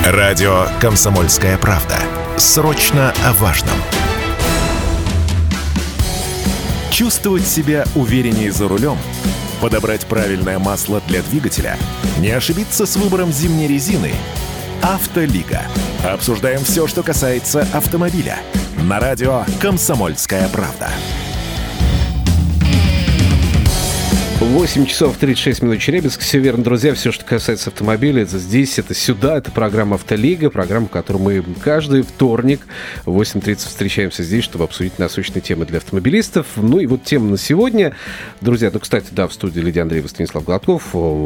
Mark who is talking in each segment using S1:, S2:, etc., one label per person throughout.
S1: Радио «Комсомольская правда». Срочно о важном. Чувствовать себя увереннее за рулем, подобрать правильное масло для двигателя, не ошибиться с выбором зимней резины. «Автолига». Обсуждаем все, что касается автомобиля. На радио «Комсомольская правда».
S2: 8 часов 36 минут, Челябинск. Все верно, друзья. Все, что касается автомобиля, это здесь, это сюда. Это программа «Автолига», программа, в которой мы каждый вторник в 8:30 встречаемся здесь, чтобы обсудить насущные темы для автомобилистов. Ну и вот тема на сегодня. Друзья, кстати, да, в студии Лидия Андреева, Станислав Гладков,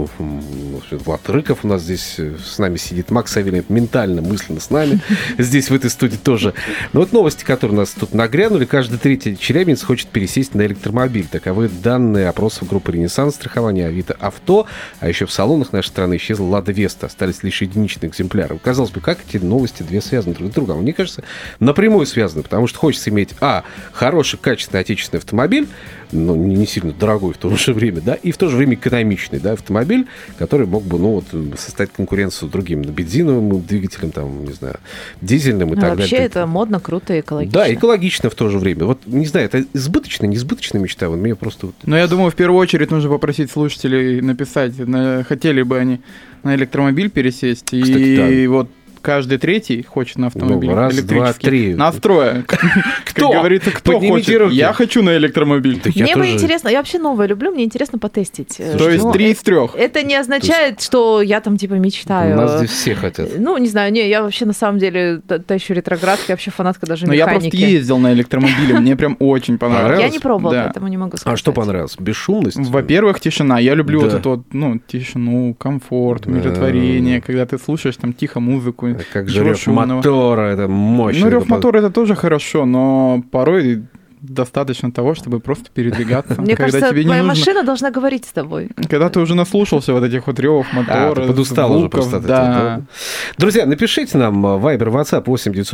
S2: Влад Рыков. У нас здесь с нами сидит Макс Савельев, ментально, мысленно с нами. Здесь, в этой студии тоже. Но вот новости, которые у нас тут нагрянули. Каждый третий челябинец хочет пересесть на электромобиль. Таковы данные опросов группы «Ренессанс страхования», Авито Авто, а еще в салонах нашей страны исчезла «Лада Веста». Остались лишь единичные экземпляры. Казалось бы, как эти новости две связаны друг с другом? Мне кажется, напрямую связаны, потому что хочется иметь, хороший, качественный отечественный автомобиль, но не сильно дорогой в то же время, да, и в то же время экономичный, да, автомобиль, который мог бы, составить конкуренцию другим бензиновым двигателям, там, не знаю, дизельным и так далее.
S3: Вообще это модно, круто и экологично.
S2: Да, экологично в то же время. Вот, не знаю, это избыточная, неизбыточная мечта? Вот мне просто...
S4: Но я думаю, в первую очередь нужно попросить слушателей написать, хотели бы они на электромобиль пересесть. Кстати, и вот каждый третий хочет на автомобиль
S2: раз, два, три.
S4: Настроя.
S2: Кто?
S4: Как говорится, кто хочет?
S2: Руки.
S4: Я хочу на электромобиль.
S3: Мне бы интересно, я вообще новое люблю, мне интересно потестить.
S4: То есть 3 из 3.
S3: Это не означает, что я там типа мечтаю.
S2: У нас здесь все хотят.
S3: Не знаю, я вообще на самом деле еще ретроградка, я вообще фанатка даже механики.
S4: Но я просто ездил на электромобиле, мне прям очень понравилось.
S3: Я не пробовала, поэтому не могу сказать.
S2: А что понравилось? Бесшумность?
S4: Во-первых, тишина. Я люблю вот эту тишину, комфорт, умиротворение, когда ты слушаешь там тихо музыку.
S2: Как же рёв мотора, это мощно.
S4: Рёв мотора это тоже хорошо, но порой достаточно того, чтобы просто передвигаться.
S3: Мне кажется, твоя машина должна говорить с тобой.
S4: Когда ты уже наслушался вот этих вот рёвов мотора,
S2: ты подустал
S4: звуков,
S2: уже просто от
S4: да.
S2: этого. Друзья, напишите нам Viber, WhatsApp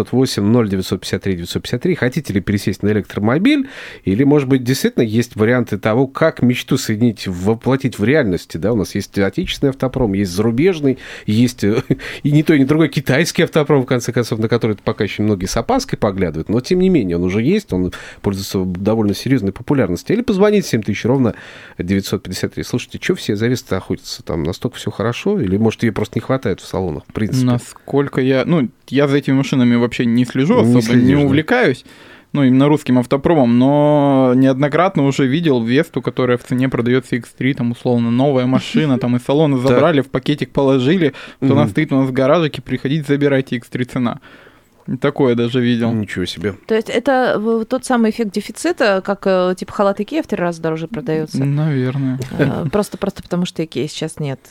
S2: 8-908-0953-953. Хотите ли пересесть на электромобиль? Или, может быть, действительно есть варианты того, как мечту соединить, воплотить в реальности? Да? У нас есть отечественный автопром, есть зарубежный, есть и не то, и не другой китайский автопром, в конце концов, на который пока еще многие с опаской поглядывают. Но, тем не менее, он уже есть, он пользуется довольно серьезной популярностью. Или позвонить 7000 ровно 953. Слушайте, что все за Вестой охотятся? Там настолько все хорошо? Или, может, ее просто не хватает в салонах, в принципе?
S4: Насколько я за этими машинами вообще не слежу особо, не увлекаюсь. Именно русским автопромом, но неоднократно уже видел Весту, которая в цене продается X3, там, условно, новая машина, там, из салона забрали, в пакетик положили, вот она стоит у нас в гаражике, приходите, забирайте, X3 цена. Такое даже видел.
S2: Ничего себе.
S3: То есть это тот самый эффект дефицита, как типа халат Икеа в 3 раза дороже продается?
S4: Наверное.
S3: Просто потому, что Икеа сейчас нет.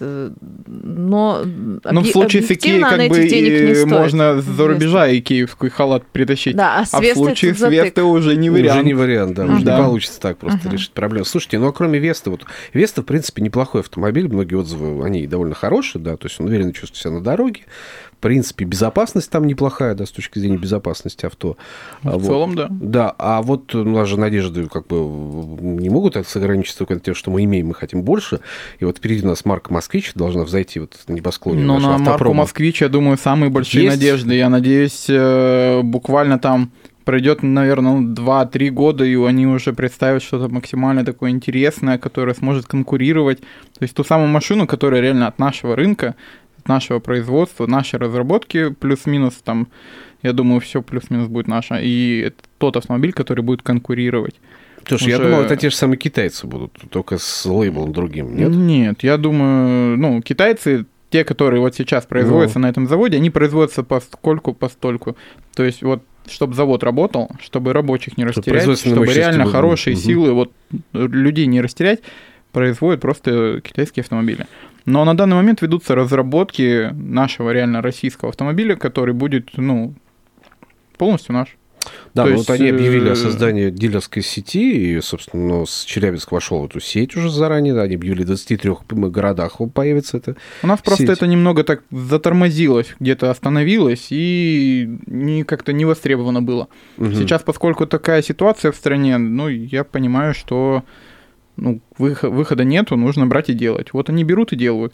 S3: Но
S4: в случае с Икеей как бы можно за рубежа икеевский халат притащить.
S3: Да,
S4: а в случае с Вестой уже не вариант.
S2: Уже не вариант, да. Уже не получится так просто решить проблему. Слушайте, кроме Весты, Веста, в принципе, неплохой автомобиль. Многие отзывы о ней довольно хорошие, да, то есть он уверенно чувствует себя на дороге. В принципе, безопасность там неплохая, да, с точки зрения безопасности авто.
S4: В целом, да.
S2: Да, а у нас же надежды как бы не могут ограничиться только тем, что мы имеем, мы хотим больше. И впереди у нас марка «Москвич» должна взойти на небосклоне нашего автопрома.
S4: На марку «Москвич», я думаю, самые большие надежды. Я надеюсь, буквально там пройдет, наверное, 2-3 года, и они уже представят что-то максимально такое интересное, которое сможет конкурировать. То есть ту самую машину, которая реально от нашего рынка, нашего производства, нашей разработки, плюс-минус там, я думаю, все плюс-минус будет наше. И это тот автомобиль, который будет конкурировать.
S2: Слушай, я думал, это те же самые китайцы будут, только с лейблом другим, нет?
S4: Нет, я думаю, китайцы, те, которые вот сейчас производятся на этом заводе, они производятся постольку. То есть чтобы завод работал, чтобы рабочих не растерять, чтобы реально хорошие силы, людей не растерять, производят просто китайские автомобили. Но на данный момент ведутся разработки нашего реально российского автомобиля, который будет, полностью наш.
S2: Да, они объявили о создании дилерской сети, и, собственно, с Челябинск вошел в эту сеть уже заранее, да, они объявили в 23 городах появится эта
S4: У нас просто это немного так затормозилось, где-то остановилось, и как-то не востребовано было. Сейчас, поскольку такая ситуация в стране, я понимаю, что выхода нету, нужно брать и делать. Вот они берут и делают.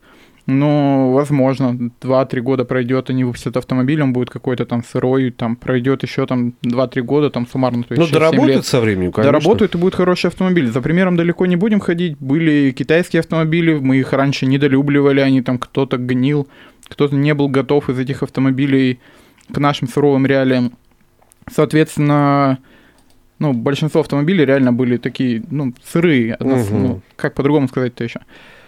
S4: Ну, возможно, 2-3 года пройдет, они выпустят автомобиль, он будет какой-то там сырой, там пройдет еще там 2-3 года, там суммарно. То есть
S2: доработают со временем, конечно.
S4: Доработают, и будет хороший автомобиль. За примером далеко не будем ходить. Были китайские автомобили, мы их раньше недолюбливали, они там кто-то гнил, кто-то не был готов из этих автомобилей к нашим суровым реалиям. Соответственно, большинство автомобилей реально были такие, сырые. Как по-другому сказать-то еще?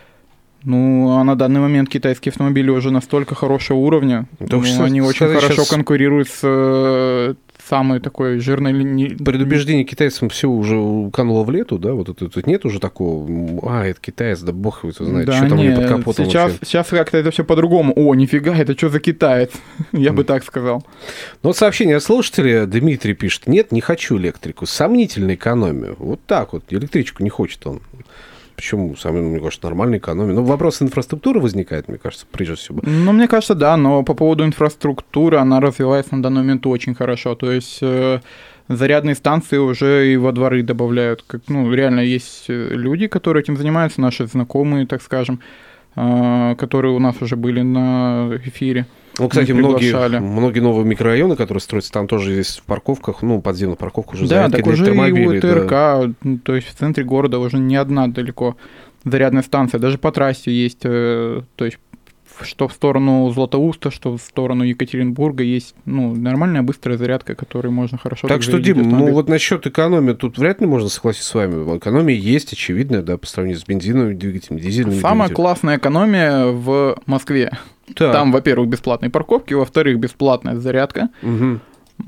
S4: А на данный момент китайские автомобили уже настолько хорошего уровня, они очень хорошо конкурируют с самой такой жирной линией.
S2: Предубеждение китайцам все уже кануло в лету, да? Вот это нет уже такого, это китаец, да бог его знает, что там у него под капотом
S4: сейчас как-то это все по-другому. Нифига, это что за китаец? Я бы так сказал.
S2: Сообщение от слушателя Дмитрий пишет: нет, не хочу электрику, сомнительная экономия. Вот так вот, электричку не хочет он. Почему? Мне кажется, нормальная экономия. Вопрос инфраструктуры возникает, мне кажется, прежде всего.
S4: Мне кажется, да, но по поводу инфраструктуры она развивается на данный момент очень хорошо. То есть зарядные станции уже и во дворы добавляют. Реально есть люди, которые этим занимаются, наши знакомые, так скажем, которые у нас уже были на эфире.
S2: Кстати, многие новые микрорайоны, которые строятся, там тоже есть в парковках, подземных парковках уже зарядки для электромобилей.
S4: Да, так уже и у ТРК, то есть в центре города уже не одна далеко зарядная станция, даже по трассе есть, то есть что в сторону Златоуста, что в сторону Екатеринбурга есть нормальная быстрая зарядка, которой можно хорошо...
S2: Так что, Дим, насчет экономии тут вряд ли можно согласиться с вами. Экономия есть, очевидная, да, по сравнению с бензиновыми двигателями, дизельными
S4: Самая классная экономия в Москве. Так. Там, во-первых, бесплатные парковки, во-вторых, бесплатная зарядка.
S2: Угу.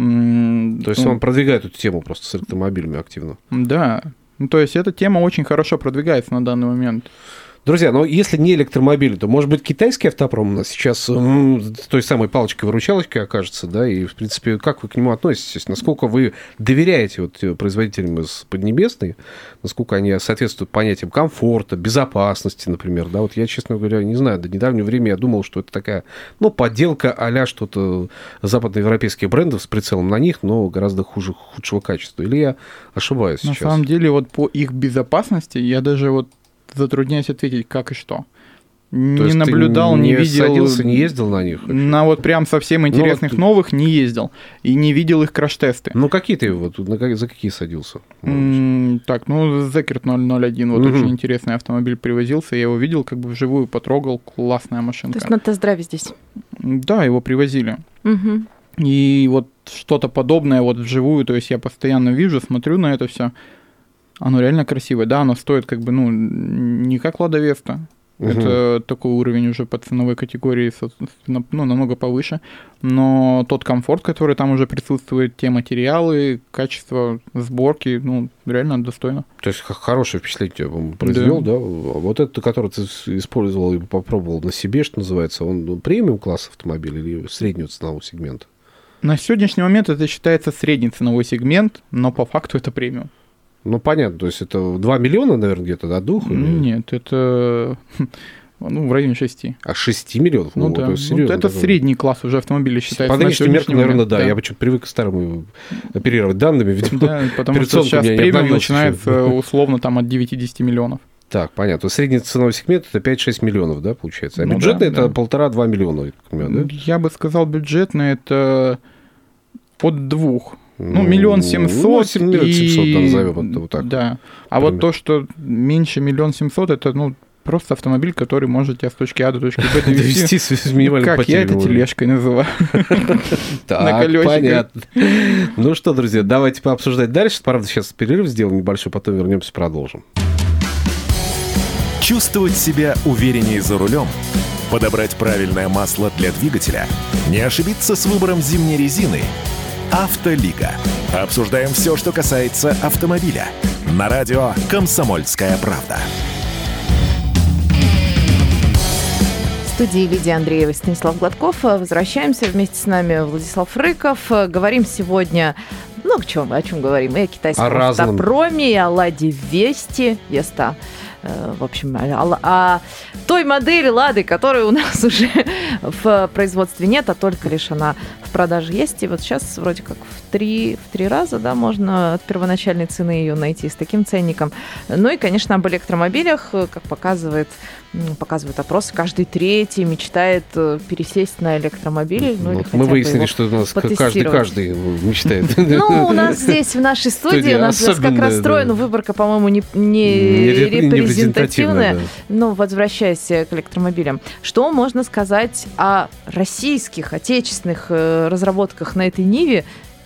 S2: То есть он продвигает эту тему просто с электромобилями активно.
S4: Да. То есть эта тема очень хорошо продвигается на данный момент.
S2: Друзья, если не электромобили, то, может быть, китайский автопром у нас сейчас той самой палочкой-выручалочкой окажется, да, и, в принципе, как вы к нему относитесь? Насколько вы доверяете производителям из Поднебесной, насколько они соответствуют понятиям комфорта, безопасности, например, да, я, честно говоря, не знаю, до недавнего времени я думал, что это такая, подделка а-ля что-то западноевропейских брендов с прицелом на них, но гораздо худшего качества. Или я ошибаюсь сейчас?
S4: На самом деле, по их безопасности я даже затрудняюсь ответить, как и что. Не наблюдал, не видел.
S2: Не садился, не ездил на них?
S4: На прям совсем интересных новых не ездил. И не видел их краш-тесты.
S2: Какие ты за какие садился?
S4: Зекерт 001, очень интересный автомобиль привозился. Я его видел, вживую потрогал. Классная машинка.
S3: То есть на тест-драйве здесь?
S4: Да, его привозили. И что-то подобное вживую, то есть я постоянно вижу, смотрю на это все. Оно реально красивое. Да, оно стоит не как Лада Веста. Это такой уровень уже по ценовой категории, намного повыше. Но тот комфорт, который там уже присутствует, те материалы, качество сборки, реально достойно.
S2: То есть хорошее впечатление произвел, да? Вот это, который ты использовал и попробовал на себе, что называется, он премиум-класс автомобиль или среднего ценового сегмента?
S4: На сегодняшний момент это считается средний ценовой сегмент, но по факту это премиум.
S2: Понятно, то есть это 2 миллиона, наверное, где-то, да, дух?
S4: Нет, это в районе 6.
S2: 6 миллионов?
S4: Да. То есть это средний класс уже автомобиля считается.
S2: По нынешним меркам, наверное, да. Я почему-то привык к старому оперировать данными. Видимо,
S4: да, потому что сейчас премиум начинается условно от 9-10 миллионов.
S2: Так, понятно. Средний ценовой сегмент это 5-6 миллионов, да, получается? А бюджетный это 1,5-2 миллиона, я понимаю, да?
S4: Я бы сказал, бюджетный это от 2. 1 700 000.
S2: 1 700 000, назовем это так.
S4: Да. А то, что меньше 1 700 000, это просто автомобиль, который может тебя с точки А до точки Б довести
S2: с минимальной потерей.
S4: Как я это тележкой называю.
S2: Так, понятно. Что, друзья, давайте пообсуждать дальше. Правда, сейчас перерыв сделаем небольшой, потом вернемся, продолжим.
S1: Чувствовать себя увереннее за рулем, подобрать правильное масло для двигателя, не ошибиться с выбором зимней резины. «Автолига». Обсуждаем все, что касается автомобиля. На радио «Комсомольская правда».
S3: В студии Лидия Андреева и Станислав Гладков. Возвращаемся. Вместе с нами Владислав Рыков. Говорим сегодня много чего, о чем говорим. И о китайском автопроме, и о Ладе Вести, Веста. В общем, о той модели Лады, которой у нас уже в производстве нет, а только лишь она в продаже есть. И вот сейчас вроде как в три раза, да, можно от первоначальной цены ее найти с таким ценником. Ну и, конечно, об электромобилях, как показывают опросы, каждый третий мечтает пересесть на электромобиль. Ну,
S2: вот мы выяснили, что у нас каждый мечтает.
S3: Ну, у нас здесь, в нашей студии, у нас как расстроена выборка, по-моему, не репрезентативная. Но возвращаясь к электромобилям, что можно сказать о российских, отечественных разработках на этой Ниве,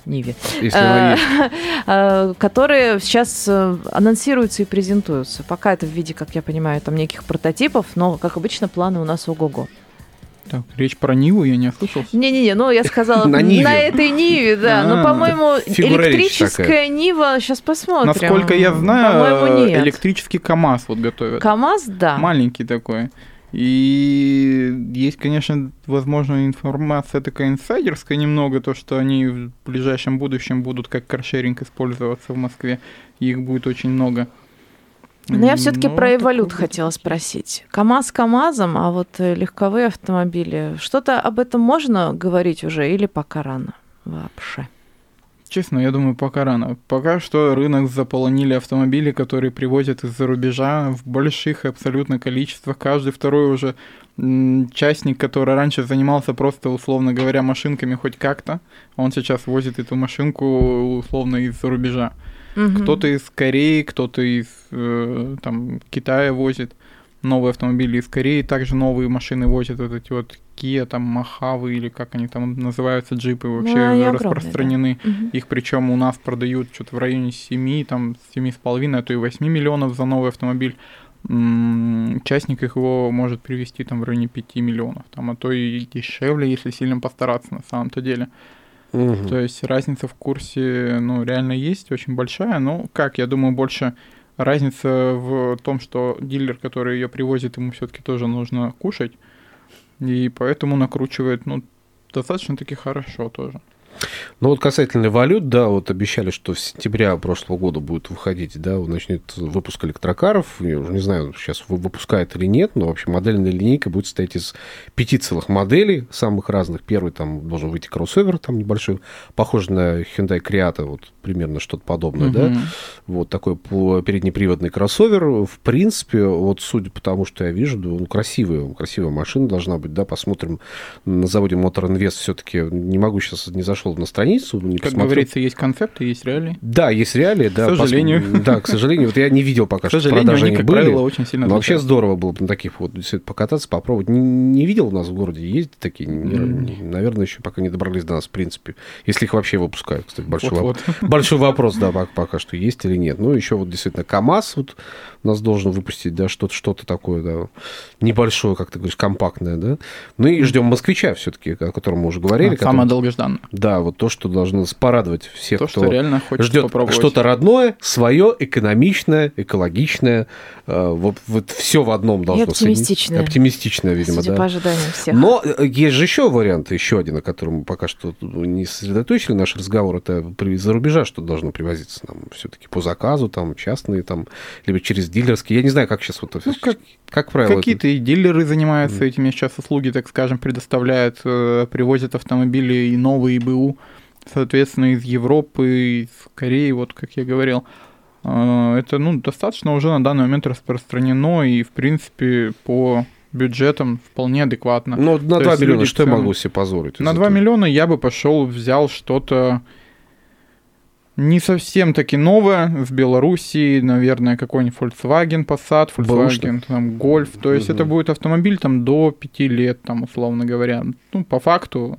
S3: которые сейчас анонсируются и презентуются. Пока это в виде, как я понимаю, там неких прототипов, но, как обычно, планы у нас ого-го.
S4: Так, речь про Ниву я не ослышался.
S3: Не-не-не, ну я сказала на этой Ниве, да. Но, по-моему, электрическая Нива, сейчас посмотрим.
S4: Насколько я знаю, электрический КамАЗ вот готовят.
S3: КамАЗ, да.
S4: Маленький такой. И есть, конечно, возможно, информация такая инсайдерская немного, то, что они в ближайшем будущем будут как каршеринг использоваться в Москве, и их будет очень много.
S3: Но я все-таки про Эволют хотела спросить. КамАЗ КамАЗом, а вот легковые автомобили, что-то об этом можно говорить уже или пока рано вообще?
S4: Честно, я думаю, пока рано. Пока что рынок заполонили автомобили, которые привозят из-за рубежа в больших абсолютно количествах. Каждый второй уже частник, который раньше занимался просто, условно говоря, машинками хоть как-то, он сейчас возит эту машинку условно из-за рубежа. Угу. Кто-то из Кореи, кто-то из там, Китая возит новые автомобили из Кореи, также новые машины возят вот эти вот Kia, там, Мохавы, или как они там называются, джипы вообще распространены. Да. Угу. Их причем у нас продают что-то в районе 7, там, 7,5, а то и 8 миллионов за новый автомобиль. Частник их его может привезти там в районе 5 миллионов, там, а то и дешевле, если сильно постараться на самом-то деле. Угу. То есть разница в курсе, ну, реально есть, очень большая, но как, я думаю, больше разница в том, что дилер, который ее привозит, ему все-таки тоже нужно кушать, и поэтому накручивает, ну, достаточно-таки хорошо тоже.
S2: Ну вот касательно валют, да, вот обещали, что в сентябре прошлого года будет выходить, да, начнет выпуск электрокаров. Я уже не знаю, сейчас выпускают или нет, но вообще модельная линейка будет состоять из 5 целых моделей, самых разных. Первый там должен выйти кроссовер, там небольшой, похож на Hyundai Creta, вот примерно что-то подобное, да. Вот такой переднеприводный кроссовер. В принципе, вот судя по тому, что я вижу, ну, красивая машина должна быть, да, посмотрим на заводе Motor Invest все-таки. Не могу сейчас, не зашел на страницу.
S4: Как говорится, есть концепты, есть реалии.
S2: Да, есть реалии. Да,
S4: к сожалению.
S2: Да, к сожалению. Вот я не видел пока, что продажи они
S4: как
S2: были.
S4: Правило, очень сильно
S2: но вообще здорово было бы на таких вот покататься, попробовать. Не видел у нас в городе, есть такие? Наверное, еще пока не добрались до нас, в принципе. Если их вообще выпускают, кстати. Большой вопрос, да, пока что есть или нет. Ну, еще вот действительно КамАЗ вот у нас должен выпустить, да, что-то такое, да, небольшое, как ты говоришь, компактное, да. Ну и ждем москвича все-таки, о котором мы уже говорили.
S4: Самое долгожданное.
S2: Да, вот то, что должно порадовать всех,
S4: то,
S2: кто
S4: реально ждет
S2: что-то родное, свое, экономичное, экологичное. Вот все в одном должно
S3: оптимистичное.
S2: Оптимистичное, видимо,
S3: судя
S2: да.
S3: по ожиданиям всех.
S2: Но есть же еще вариант, еще один, о котором мы пока что не сосредоточили наш разговор, это из-за рубежа, что должно привозиться нам все-таки по заказу, там, частные, там, либо через дилерские. Я не знаю, как сейчас вот как правило.
S4: Какие-то и дилеры занимаются этими сейчас услуги, так скажем, предоставляют, привозят автомобили и новые, и БУ, соответственно, из Европы, из Кореи, вот как я говорил. Это, ну, достаточно уже на данный момент распространено и, в принципе, по бюджетам вполне адекватно.
S2: Ну, на 2 миллиона что я могу себе позволить?
S4: На 2 миллиона я бы пошел, взял что-то не совсем таки новое, с Белоруссии, наверное, какой-нибудь Volkswagen Passat, Volkswagen там, Golf. То есть это будет автомобиль там до 5 лет, там, условно говоря. Ну, по факту,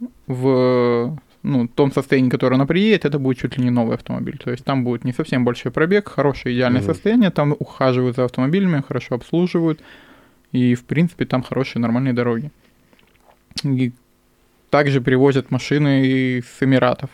S4: в том состоянии, которое она приедет, это будет чуть ли не новый автомобиль. То есть там будет не совсем большой пробег, хорошее идеальное состояние, там ухаживают за автомобилями, хорошо обслуживают, и, в принципе, там хорошие нормальные дороги. И также привозят машины с Эмиратов,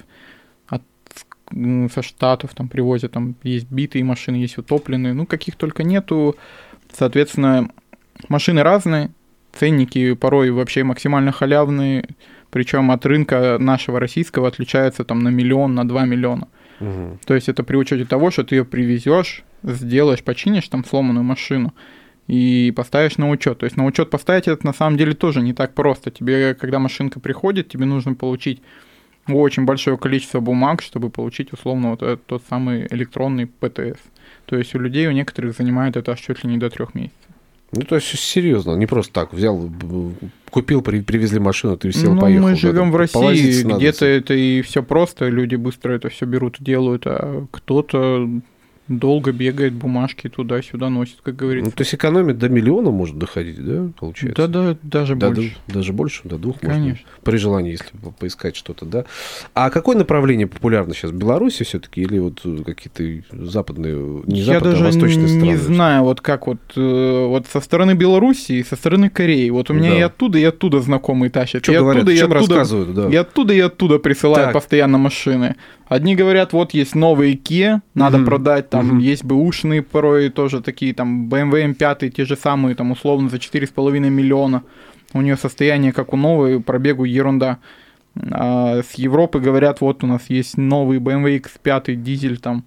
S4: со Штатов там привозят, там есть битые машины, есть утопленные, ну, каких только нету. Соответственно, машины разные, ценники порой вообще максимально халявные, причем от рынка нашего российского отличается там на 1 миллион, на 2 миллиона. То есть это при учете того, что ты ее привезешь, сделаешь, починишь там сломанную машину и поставишь на учет. То есть на учет поставить это на самом деле тоже не так просто. Тебе, когда машинка приходит, тебе нужно получить очень большое количество бумаг, чтобы получить условно вот этот тот самый электронный ПТС. То есть у людей, у некоторых занимает это аж чуть ли не до 3 месяцев.
S2: Ну, то есть серьезно, не просто так взял, купил, привезли машину, ты сел, поехал.
S4: Мы живем в России, где-то это и все просто, люди быстро это все берут и делают, а кто-то долго бегает, бумажки туда-сюда носит, как говорится.
S2: Ну, то есть экономит до 1 миллиона может доходить, да, получается?
S4: Да, даже больше.
S2: Даже больше, до 2
S4: Конечно.
S2: можно, при желании, если поискать что-то, да. А какое направление популярно сейчас? Беларусь все-таки или вот какие-то западные, не западные, а восточные страны?
S4: Я даже не знаю, вот как вот со стороны Беларуси и со стороны Кореи. Вот у меня и оттуда знакомые тащат.
S2: Что говорят, чем рассказывают, да.
S4: И оттуда присылают постоянно машины. Одни говорят, вот есть новые Kia, надо продать, там есть бэушные порой тоже такие, там BMW M5, те же самые, там условно за 4,5 миллиона. У нее состояние как у новой, пробегу ерунда. А с Европы говорят, вот у нас есть новый BMW X5 дизель, там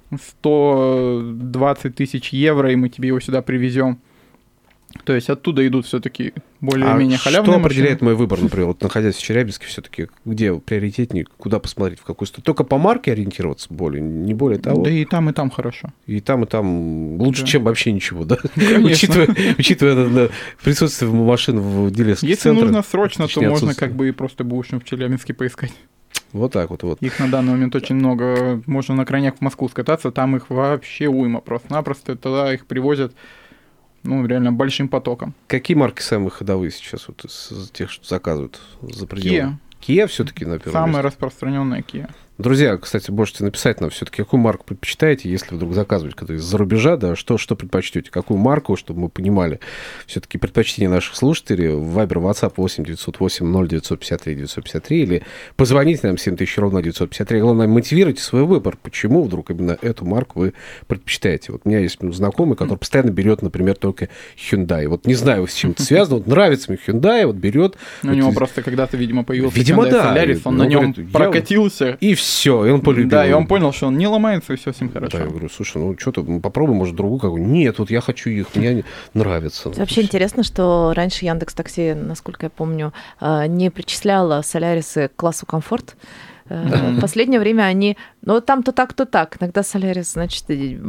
S4: 120 тысяч евро, и мы тебе его сюда привезем. То есть оттуда идут все-таки более-менее халявные
S2: что определяет мой выбор, например, вот находясь в Челябинске, все-таки где приоритетнее, куда посмотреть, в какую сторону? Только по марке ориентироваться не более того?
S4: Да и там хорошо.
S2: И там лучше, чем вообще ничего, да? Учитывая присутствие машин в дилерских центрах.
S4: Если нужно срочно, то можно как бы и просто бэушных в Челябинске поискать.
S2: Вот так вот.
S4: Их на данный момент очень много. Можно на крайняк в Москву скататься, там их вообще уйма просто-напросто. Тогда их привозят реально большим потоком.
S2: Какие марки самые ходовые сейчас вот из тех, что заказывают за пределами? Kia все-таки на первом
S4: Самая распространенная Kia.
S2: Друзья, кстати, можете написать нам все-таки, какую марку предпочитаете, если вдруг заказывать когда из-за рубежа, да, что предпочтете, какую марку, чтобы мы понимали все-таки предпочтения наших слушателей. Вайбер, WhatsApp 8-908-0953-953 или позвоните нам 7000 ровно 953. Главное, мотивируйте свой выбор, почему вдруг именно эту марку вы предпочитаете. Вот у меня есть знакомый, который постоянно берет, например, только Hyundai. Вот не знаю, с чем это связано, вот нравится мне Hyundai, вот берет.
S4: У него просто когда-то, видимо, появился Hyundai Solaris, он на нем прокатился.
S2: И все, и он полюбил.
S4: Да, и он понял, что он не ломается, и все с ним хорошо.
S2: Да, я говорю, слушай, что-то попробуй, может, другую какую. Нет, вот я хочу их, мне нравится.
S3: Вообще интересно, что раньше Яндекс.Такси, насколько я помню, не причисляла Солярисы к классу комфорт. В последнее время они... там то так, то так. Иногда Солярис, значит,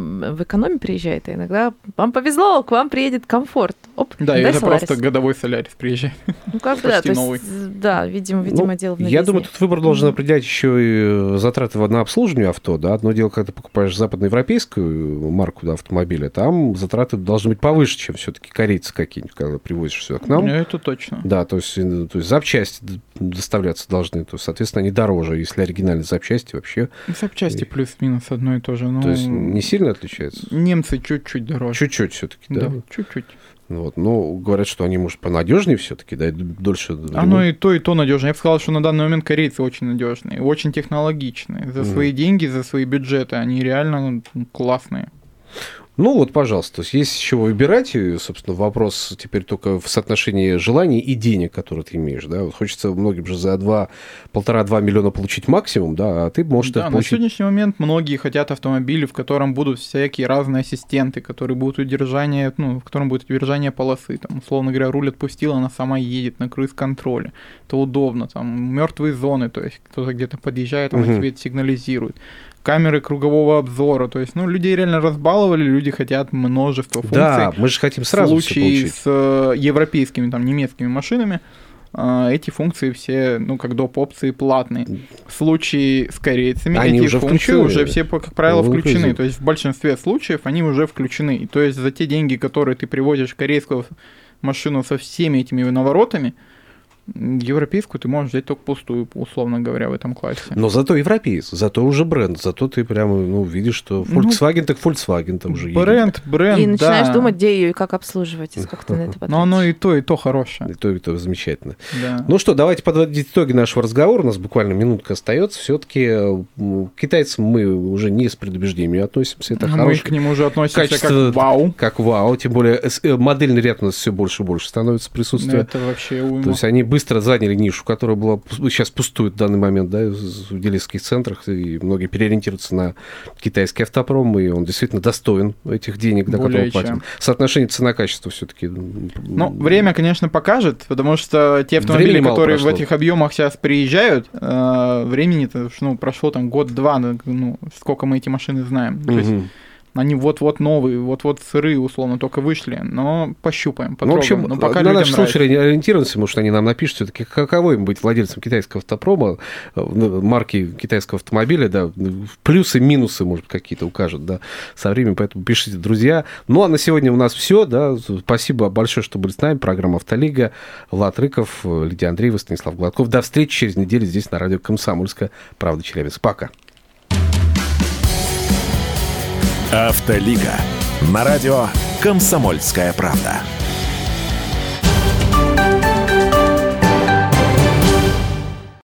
S3: в экономе приезжает, а иногда вам повезло, к вам приедет комфорт. Оп,
S4: да, и это просто годовой Солярис приезжает.
S3: Как бы, да, то есть, да, видимо, дело в новизне.
S2: Я думаю, тут выбор должен определять еще и затраты на обслуживание авто, да. Одно дело, когда ты покупаешь западноевропейскую марку автомобиля, там затраты должны быть повыше, чем все-таки корейцы какие-нибудь, когда привозишь сюда к нам.
S4: Это точно.
S2: Да, то есть запчасти доставляться должны, то, соответственно, они дороже, если оригинальные запчасти вообще...
S4: Запчасти плюс-минус одно и то же.
S2: То есть не сильно отличается?
S4: Немцы чуть-чуть дороже.
S2: Чуть-чуть все-таки, да?
S4: Да, чуть-чуть.
S2: Вот. Говорят, что они, может, понадежнее все-таки, да, дольше...
S4: Оно и то надежнее. Я бы сказал, что на данный момент корейцы очень надежные, очень технологичные. За свои деньги, за свои бюджеты они реально классные.
S2: Пожалуйста, есть с чего выбирать, и, собственно, вопрос теперь только в соотношении желаний и денег, которые ты имеешь, да, вот хочется многим же за 1,5-2 миллиона получить максимум, да, а ты можешь
S4: получить... на сегодняшний момент многие хотят автомобили, в котором будут всякие разные ассистенты, которые будут в котором будет удержание полосы, там, условно говоря, руль отпустил, она сама едет на круиз-контроле, это удобно, там, мертвые зоны, то есть кто-то где-то подъезжает, он тебе это сигнализирует. Камеры кругового обзора. То есть, людей реально разбаловали, люди хотят множество функций.
S2: Да, мы же хотим сразу все получить.
S4: В случае с европейскими, немецкими машинами эти функции все, как доп. Опции платные. В случае с корейцами
S2: они
S4: эти функции уже все, как правило, включены. То есть, в большинстве случаев они уже включены. То есть, за те деньги, которые ты привозишь в корейскую машину со всеми этими наворотами, европейскую ты можешь взять только пустую, условно говоря, в этом классе.
S2: Но зато европеец, зато уже бренд, зато ты прямо видишь, что Volkswagen, так Volkswagen там уже
S4: бренд,
S3: и начинаешь думать, где ее и как обслуживать, и сколько ты на это потратишь.
S4: Но оно и то хорошее.
S2: И то замечательно.
S4: Да.
S2: Давайте подводить итоги нашего разговора. У нас буквально минутка остается. Все-таки к китайцам мы уже не с предубеждением относимся. Это
S4: мы к ним уже относимся как вау.
S2: Как вау. Тем более модельный ряд у нас все больше и больше становится присутствие.
S4: Это вообще уйма.
S2: То есть они быстро заняли нишу, которая была, сейчас пустует в данный момент, да, в дилерских центрах, и многие переориентируются на китайский автопром, и он действительно достоин этих денег, да, которые платим. Соотношение цена-качество все-таки.
S4: Ну, время, конечно, покажет, потому что те автомобили, которые в этих объемах сейчас приезжают, времени-то, ну, прошло там год-два, ну, сколько мы эти машины знаем. То есть они вот-вот новые, вот-вот сырые, условно, только вышли, но пощупаем, потрогаем.
S2: В общем, пока на наши слушатели ориентируемся, может, они нам напишут все-таки, каково им быть владельцем китайского автопрома, марки китайского автомобиля, да, плюсы, минусы, может, какие-то укажут, да, со временем, поэтому пишите, друзья. Ну, а на сегодня у нас все, да, спасибо большое, что были с нами, программа «Автолига», Влад Рыков, Лидия Андреева, Станислав Гладков. До встречи через неделю здесь на радио «Комсомольская правда» Челябинск. Пока.
S1: «Автолига» на радио «Комсомольская правда».